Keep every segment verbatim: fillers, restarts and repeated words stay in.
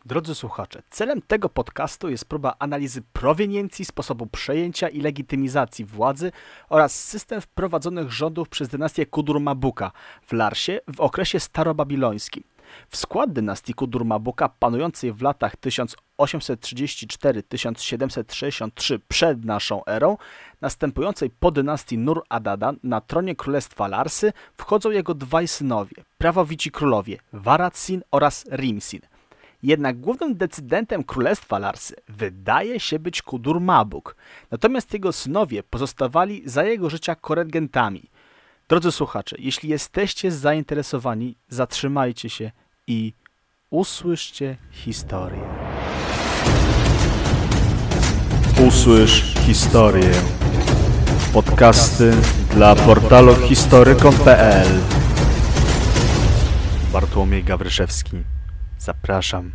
Drodzy słuchacze, celem tego podcastu jest próba analizy proweniencji, sposobu przejęcia i legitymizacji władzy oraz system wprowadzonych rządów przez dynastię Kudur-Mabuka w Larsie w okresie starobabilońskim. W skład dynastii Kudur-Mabuka panującej w latach tysiąc osiemset trzydzieści cztery do tysiąc siedemset sześćdziesiąt trzy przed naszą erą, następującej po dynastii Nur-Adada na tronie królestwa Larsy wchodzą jego dwaj synowie, prawowici królowie Varat-Sin oraz Rim-Sin. Jednak głównym decydentem królestwa Larsy wydaje się być Kudur-Mabuk, natomiast jego synowie pozostawali za jego życia koregentami. Drodzy słuchacze, jeśli jesteście zainteresowani, zatrzymajcie się i usłyszcie historię. Usłysz historię. Podcasty dla portalu historykom kropka p l. Bartłomiej Gawryszewski. Zapraszam.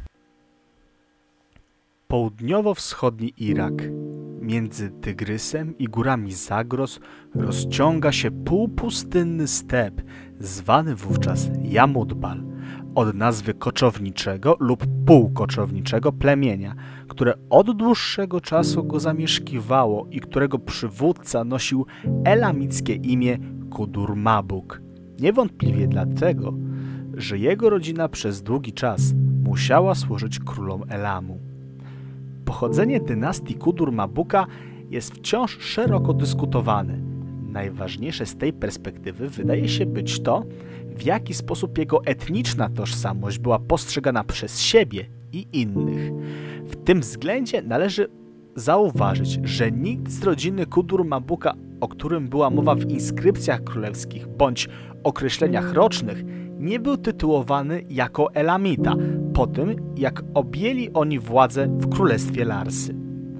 Południowo-wschodni Irak. Między Tygrysem i górami Zagros rozciąga się półpustynny step, zwany wówczas Jamudbal, od nazwy koczowniczego lub półkoczowniczego plemienia, które od dłuższego czasu go zamieszkiwało i którego przywódca nosił elamickie imię Kudur-Mabuk. Niewątpliwie dlatego, że jego rodzina przez długi czas musiała służyć królom Elamu. Pochodzenie dynastii Kudur-Mabuka jest wciąż szeroko dyskutowane. Najważniejsze z tej perspektywy wydaje się być to, w jaki sposób jego etniczna tożsamość była postrzegana przez siebie i innych. W tym względzie należy zauważyć, że nikt z rodziny Kudur-Mabuka, o którym była mowa w inskrypcjach królewskich bądź określeniach rocznych, nie był tytułowany jako Elamita, po tym jak objęli oni władzę w królestwie Larsy.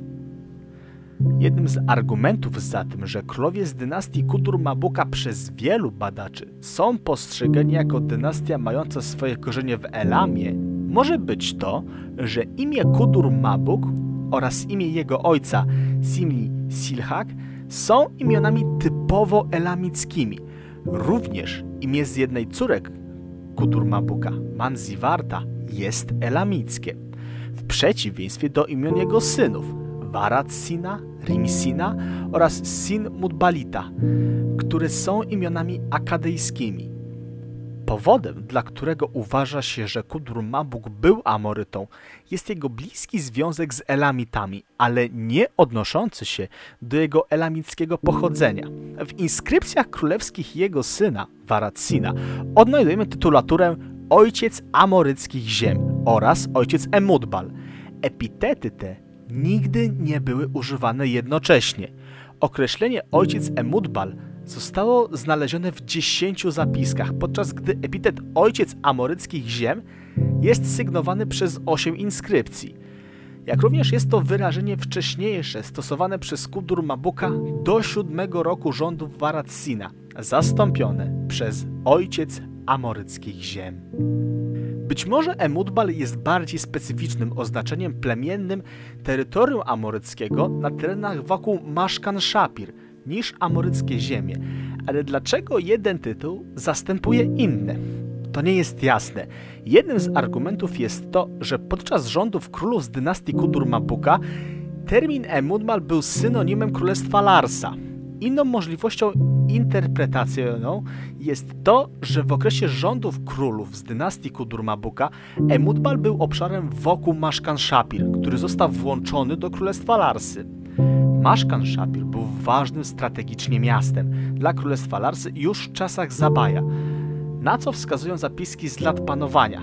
Jednym z argumentów za tym, że królowie z dynastii Kudur-Mabuka przez wielu badaczy są postrzegani jako dynastia mająca swoje korzenie w Elamie, może być to, że imię Kudur-Mabuk oraz imię jego ojca Simli-Silhak są imionami typowo elamickimi. Również imię z jednej córek Kudur-Mabuka, Manziwarta, jest elamickie, w przeciwieństwie do imion jego synów Varat-Sina, Rim-Sina oraz Sin-Mutbalita, które są imionami akadejskimi. Powodem, dla którego uważa się, że Kudur-Mabuk był Amorytą, jest jego bliski związek z Elamitami, ale nie odnoszący się do jego elamickiego pochodzenia. W inskrypcjach królewskich jego syna, Varat-Sina, odnajdujemy tytulaturę Ojciec Amoryckich Ziem oraz Ojciec Emudbal. Epitety te nigdy nie były używane jednocześnie. Określenie Ojciec Emudbal zostało znalezione w dziesięciu zapiskach, podczas gdy epitet Ojciec Amoryckich Ziem jest sygnowany przez osiem inskrypcji. Jak również jest to wyrażenie wcześniejsze stosowane przez Kudur-Mabuka do siódmego roku rządów Varat-Sina, zastąpione przez Ojciec Amoryckich Ziem. Być może Emudbal jest bardziej specyficznym oznaczeniem plemiennym terytorium amoryckiego na terenach wokół Maszkan-Szapir niż amoryckie ziemie, ale dlaczego jeden tytuł zastępuje inne? To nie jest jasne. Jednym z argumentów jest to, że podczas rządów królów z dynastii Kudur-Mabuka termin Emudbal był synonimem królestwa Larsa. Inną możliwością interpretacyjną jest to, że w okresie rządów królów z dynastii Kudur-Mabuka Emudbal był obszarem wokół Maszkan-Szapir, który został włączony do królestwa Larsy. Maszkan-Szapir był ważnym strategicznie miastem dla królestwa Larsy już w czasach Zabaja, na co wskazują zapiski z lat panowania.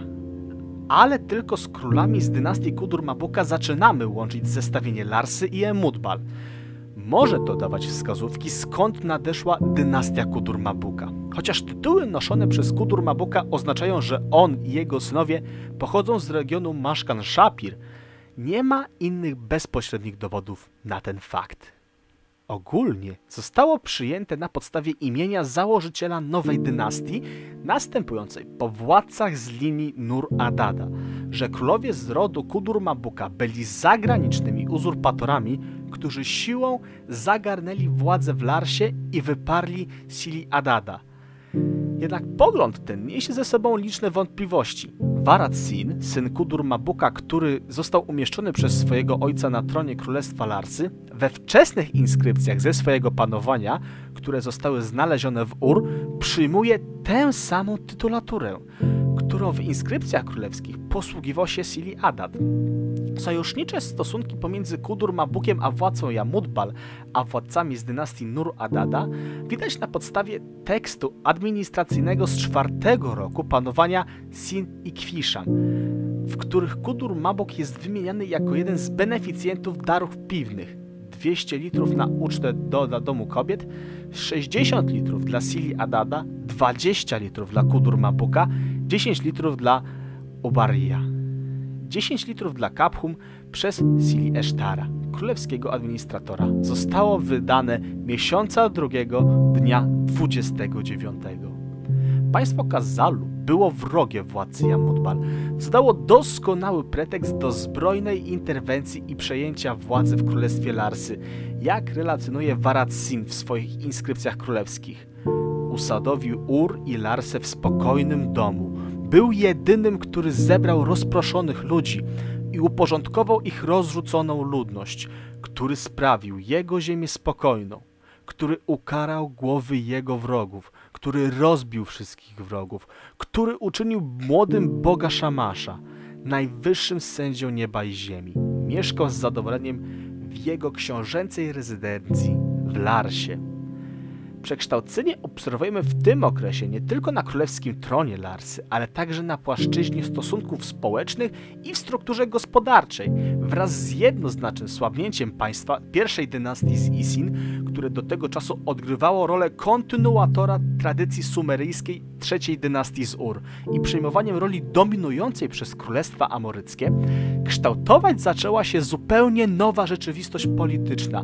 Ale tylko z królami z dynastii Kudur-Mabuka zaczynamy łączyć zestawienie Larsy i Emudbal. Może to dawać wskazówki, skąd nadeszła dynastia Kudur-Mabuka. Chociaż tytuły noszone przez Kudur-Mabuka oznaczają, że on i jego synowie pochodzą z regionu Maszkan-Szapir, nie ma innych bezpośrednich dowodów na ten fakt. Ogólnie zostało przyjęte na podstawie imienia założyciela nowej dynastii, następującej po władcach z linii Nur-Adada, że królowie z rodu Kudur-Mabuka byli zagranicznymi uzurpatorami, którzy siłą zagarnęli władzę w Larsie i wyparli Sili-Adada. Jednak pogląd ten niesie ze sobą liczne wątpliwości. Varat-Sin, syn Kudur-Mabuka, który został umieszczony przez swojego ojca na tronie Królestwa Larsy, we wczesnych inskrypcjach ze swojego panowania, które zostały znalezione w Ur, przyjmuje tę samą tytulaturę, którą w inskrypcjach królewskich posługiwał się Sili-Adad. Sojusznicze stosunki pomiędzy Kudur-Mabukiem a władcą Yamudbal, a władcami z dynastii Nur-Adada widać na podstawie tekstu administracyjnego z czwartego roku panowania Sin-Ikwisham, w których Kudur-Mabuk jest wymieniany jako jeden z beneficjentów darów piwnych. dwieście litrów na ucztę do, dla domu kobiet, sześćdziesiąt litrów dla Sili-Adada, dwadzieścia litrów dla Kudur-Mabuka, dziesięć litrów dla Ubarija, dziesięć litrów dla Kaphum przez Sili-Eshtara, królewskiego administratora. Zostało wydane miesiąca drugiego dnia dwudziestego dziewiątego. Państwo Kazalu było wrogie władcy Yamudbal, co dało doskonały pretekst do zbrojnej interwencji i przejęcia władzy w Królestwie Larsy, jak relacjonuje Varat-Sin w swoich inskrypcjach królewskich. Usadowił Ur i Larsę w spokojnym domu. Był jedynym, który zebrał rozproszonych ludzi i uporządkował ich rozrzuconą ludność, który sprawił jego ziemię spokojną, który ukarał głowy jego wrogów, który rozbił wszystkich wrogów, który uczynił młodym Boga Szamasza, najwyższym sędzią nieba i ziemi. Mieszkał z zadowoleniem w jego książęcej rezydencji w Larsie. Przekształcenie obserwujemy w tym okresie nie tylko na królewskim tronie Larsy, ale także na płaszczyźnie stosunków społecznych i w strukturze gospodarczej, wraz z jednoznacznym słabnięciem państwa pierwszej dynastii z Isin, które do tego czasu odgrywało rolę kontynuatora tradycji sumeryjskiej trzeciej dynastii z Ur i przejmowaniem roli dominującej przez królestwa amoryckie, kształtować zaczęła się zupełnie nowa rzeczywistość polityczna,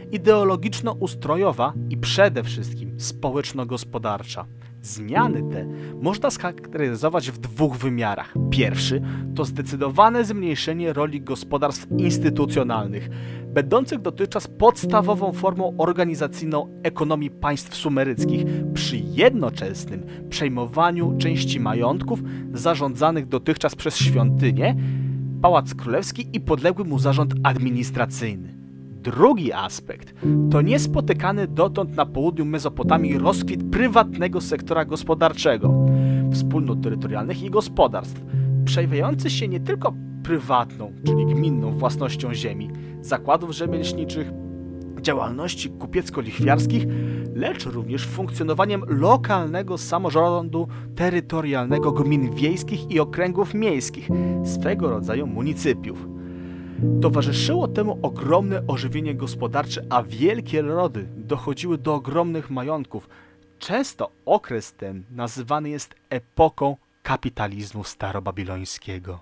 ideologiczno-ustrojowa i przede wszystkim społeczno-gospodarcza. Zmiany te można scharakteryzować w dwóch wymiarach. Pierwszy to zdecydowane zmniejszenie roli gospodarstw instytucjonalnych, będących dotychczas podstawową formą organizacyjną ekonomii państw sumeryckich, przy jednoczesnym przejmowaniu części majątków zarządzanych dotychczas przez świątynię, Pałac Królewski i podległy mu zarząd administracyjny. Drugi aspekt to niespotykany dotąd na południu Mezopotamii rozkwit prywatnego sektora gospodarczego, wspólnot terytorialnych i gospodarstw, przejawiający się nie tylko prywatną, czyli gminną własnością ziemi, zakładów rzemieślniczych, działalności kupiecko-lichwiarskich, lecz również funkcjonowaniem lokalnego samorządu terytorialnego gmin wiejskich i okręgów miejskich, swego rodzaju municypiów. Towarzyszyło temu ogromne ożywienie gospodarcze, a wielkie rody dochodziły do ogromnych majątków. Często okres ten nazywany jest epoką kapitalizmu starobabilońskiego.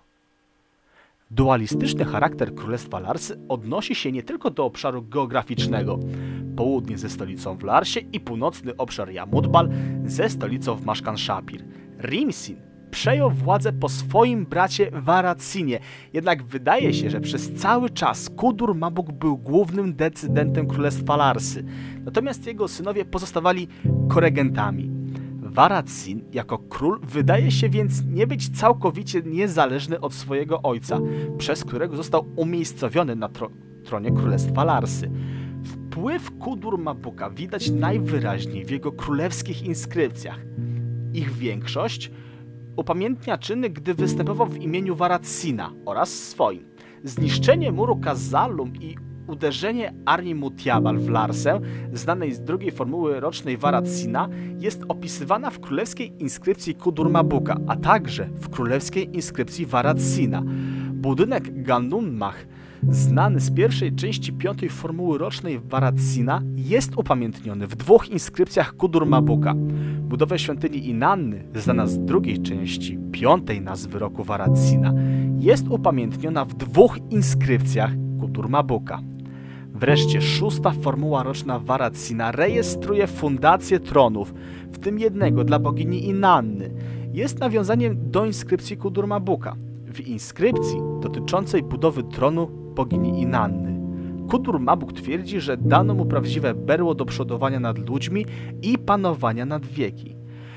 Dualistyczny charakter Królestwa Larsy odnosi się nie tylko do obszaru geograficznego, południe ze stolicą w Larsie i północny obszar Yamudbal ze stolicą w Mashkan-Shapir. Rim-Sin przejął władzę po swoim bracie Varat-Sinie, jednak wydaje się, że przez cały czas Kudur-Mabuk był głównym decydentem Królestwa Larsy, natomiast jego synowie pozostawali koregentami. Varat-Sin jako król wydaje się więc nie być całkowicie niezależny od swojego ojca, przez którego został umiejscowiony na tro tronie Królestwa Larsy. Wpływ Kudur-Mabuka widać najwyraźniej w jego królewskich inskrypcjach. Ich większość upamiętnia czyny, gdy występował w imieniu Varat-Sina oraz swoim. Zniszczenie muru Kazallum i uderzenie armii Mutiabal w Larsę, znanej z drugiej formuły rocznej Varat-Sina, jest opisywana w królewskiej inskrypcji Kudur-Mabuka, a także w królewskiej inskrypcji Varat-Sina. Budynek Ganunmach, znany z pierwszej części piątej formuły rocznej Varat-Sina, jest upamiętniony w dwóch inskrypcjach Kudur-Mabuka. Budowę świątyni Inanny, znana z drugiej części piątej nazwy roku Varat-Sina, jest upamiętniona w dwóch inskrypcjach Kudur-Mabuka. Wreszcie szósta formuła roczna Varat-Sina rejestruje fundację tronów, w tym jednego dla bogini Inanny. Jest nawiązaniem do inskrypcji Kudur-Mabuka. W inskrypcji dotyczącej budowy tronu bogini Inanny Kudur-Mabuk twierdzi, że dano mu prawdziwe berło do przodowania nad ludźmi i panowania nad wieki. W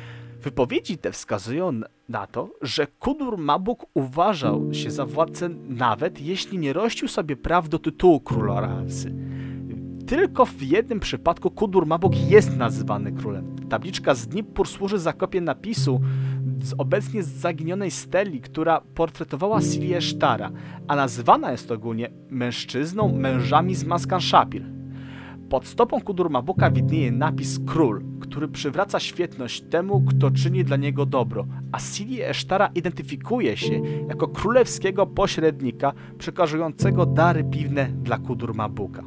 Wypowiedzi te wskazują na to, że Kudur-Mabuk uważał się za władcę nawet jeśli nie rościł sobie praw do tytułu króla Larsy. Tylko w jednym przypadku Kudur-Mabuk jest nazywany królem. Tabliczka z Nippur służy za kopię napisu z obecnie zaginionej steli, która portretowała Silię Esztara, a nazywana jest ogólnie mężczyzną mężami z Maskan-Shapir. Pod stopą Kudur-Mabuka widnieje napis król, który przywraca świetność temu, kto czyni dla niego dobro, a Silię Esztara identyfikuje się jako królewskiego pośrednika przekazującego dary piwne dla Kudur-Mabuka.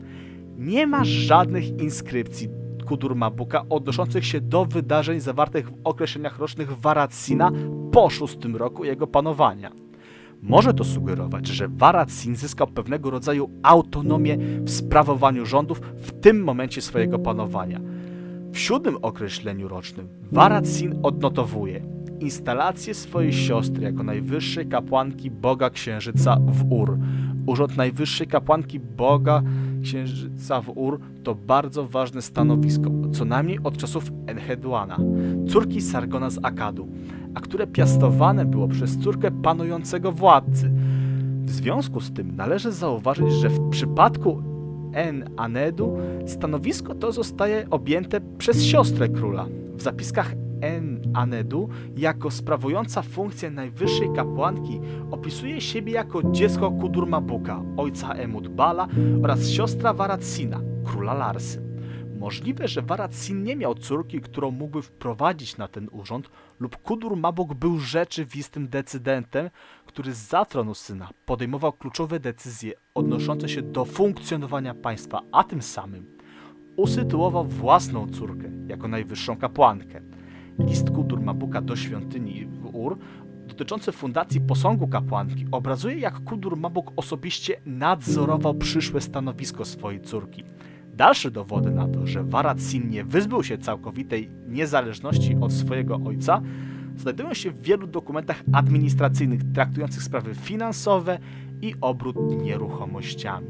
Nie ma żadnych inskrypcji Kudur-Mabuka odnoszących się do wydarzeń zawartych w określeniach rocznych Varat-Sina po szóstym roku jego panowania. Może to sugerować, że Varat-Sin zyskał pewnego rodzaju autonomię w sprawowaniu rządów w tym momencie swojego panowania. W siódmym określeniu rocznym Varat-Sin odnotowuje instalację swojej siostry jako najwyższej kapłanki Boga Księżyca w Ur. Urząd najwyższej kapłanki Boga Księżyca w Ur to bardzo ważne stanowisko, co najmniej od czasów Enheduana, córki Sargona z Akkadu, a które piastowane było przez córkę panującego władcy. W związku z tym należy zauważyć, że w przypadku En-Anedu stanowisko to zostaje objęte przez siostrę króla. W zapiskach En-Anedu jako sprawująca funkcję najwyższej kapłanki opisuje siebie jako dziecko Kudur-Mabuka, ojca Emut-Bala oraz siostra Varat-Sina, króla Larsy. Możliwe, że Varat-Sin nie miał córki, którą mógłby wprowadzić na ten urząd, lub Kudur-Mabuk był rzeczywistym decydentem, który zza tronu syna podejmował kluczowe decyzje odnoszące się do funkcjonowania państwa, a tym samym usytuował własną córkę jako najwyższą kapłankę. List Kudur-Mabuka do świątyni w Ur dotyczący fundacji posągu kapłanki obrazuje, jak Kudur-Mabuk osobiście nadzorował przyszłe stanowisko swojej córki. Dalsze dowody na to, że Varat-Sin nie wyzbył się całkowitej niezależności od swojego ojca, znajdują się w wielu dokumentach administracyjnych traktujących sprawy finansowe i obrót nieruchomościami.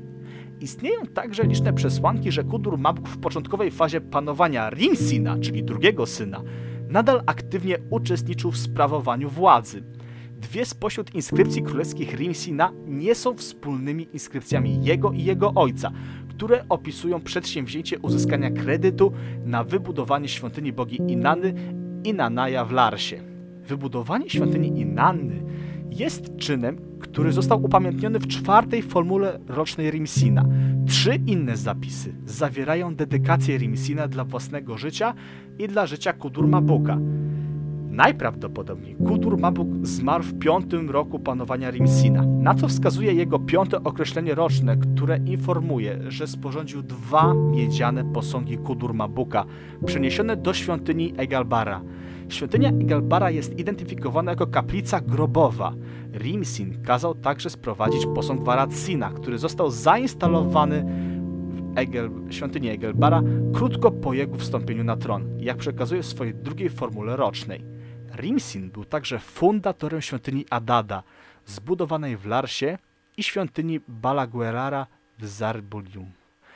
Istnieją także liczne przesłanki, że Kudur-Mabuk w początkowej fazie panowania Rim-Sina, czyli drugiego syna, nadal aktywnie uczestniczył w sprawowaniu władzy. Dwie spośród inskrypcji królewskich Rim-Sina nie są wspólnymi inskrypcjami jego i jego ojca, które opisują przedsięwzięcie uzyskania kredytu na wybudowanie świątyni bogi Inanny Inannaja w Larsie. Wybudowanie świątyni Inanny jest czynem, który został upamiętniony w czwartej formule rocznej Rim-Sina. Trzy inne zapisy zawierają dedykację Rim-Sina dla własnego życia i dla życia Kudur-Mabuka. Najprawdopodobniej Kudur-Mabuk zmarł w piątym roku panowania Rim-Sina, na co wskazuje jego piąte określenie roczne, które informuje, że sporządził dwa miedziane posągi Kudur-Mabuka, przeniesione do świątyni Egalbara. Świątynia Egalbara jest identyfikowana jako kaplica grobowa. Rim-Sin kazał także sprowadzić posąg Varat-Sina, który został zainstalowany w Egel, świątyni Egalbara krótko po jego wstąpieniu na tron, jak przekazuje w swojej drugiej formule rocznej. Rim-Sin był także fundatorem świątyni Adada, zbudowanej w Larsie, i świątyni Balaguerara w Zarbulium.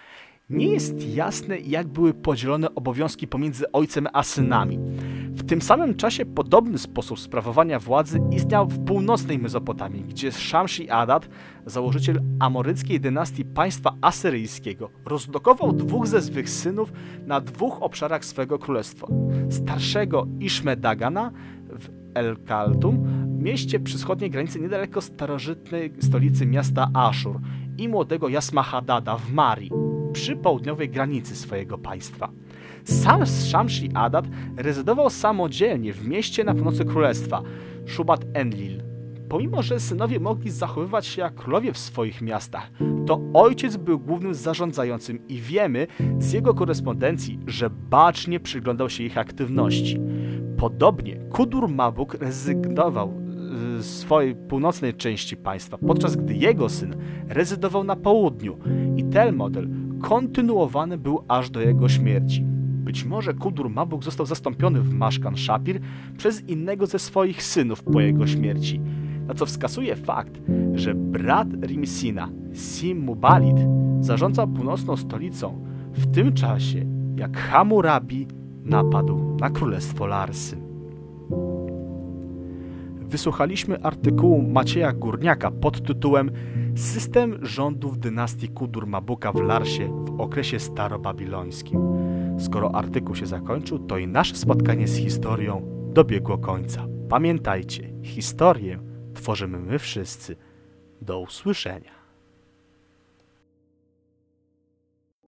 Nie jest jasne, jak były podzielone obowiązki pomiędzy ojcem a synami. W tym samym czasie podobny sposób sprawowania władzy istniał w północnej Mezopotamii, gdzie Szamshi-Adad, założyciel amoryckiej dynastii państwa asyryjskiego, rozlokował dwóch ze swych synów na dwóch obszarach swego królestwa. Starszego Iszme-Dagana w El-Kaltum, mieście przy wschodniej granicy niedaleko starożytnej stolicy miasta Aszur, i młodego Jasmahadada w Mari, przy południowej granicy swojego państwa. Sam Szamshi-Adad rezydował samodzielnie w mieście na północy królestwa, Shubat-Enlil. Pomimo że synowie mogli zachowywać się jak królowie w swoich miastach, to ojciec był głównym zarządzającym i wiemy z jego korespondencji, że bacznie przyglądał się ich aktywności. Podobnie Kudur-Mabuk rezygnował z swojej północnej części państwa, podczas gdy jego syn rezydował na południu i ten model kontynuowany był aż do jego śmierci. Być może Kudur-Mabuk został zastąpiony w Mashkan-Shapir przez innego ze swoich synów po jego śmierci, na co wskazuje fakt, że brat Rim-Sina, Sim-Muballit, zarządzał północną stolicą w tym czasie, jak Hammurabi napadł na Królestwo Larsy. Wysłuchaliśmy artykułu Macieja Górniaka pod tytułem System rządów dynastii Kudur-Mabuka w Larsie w okresie starobabilońskim. Skoro artykuł się zakończył, to i nasze spotkanie z historią dobiegło końca. Pamiętajcie, historię tworzymy my wszyscy. Do usłyszenia.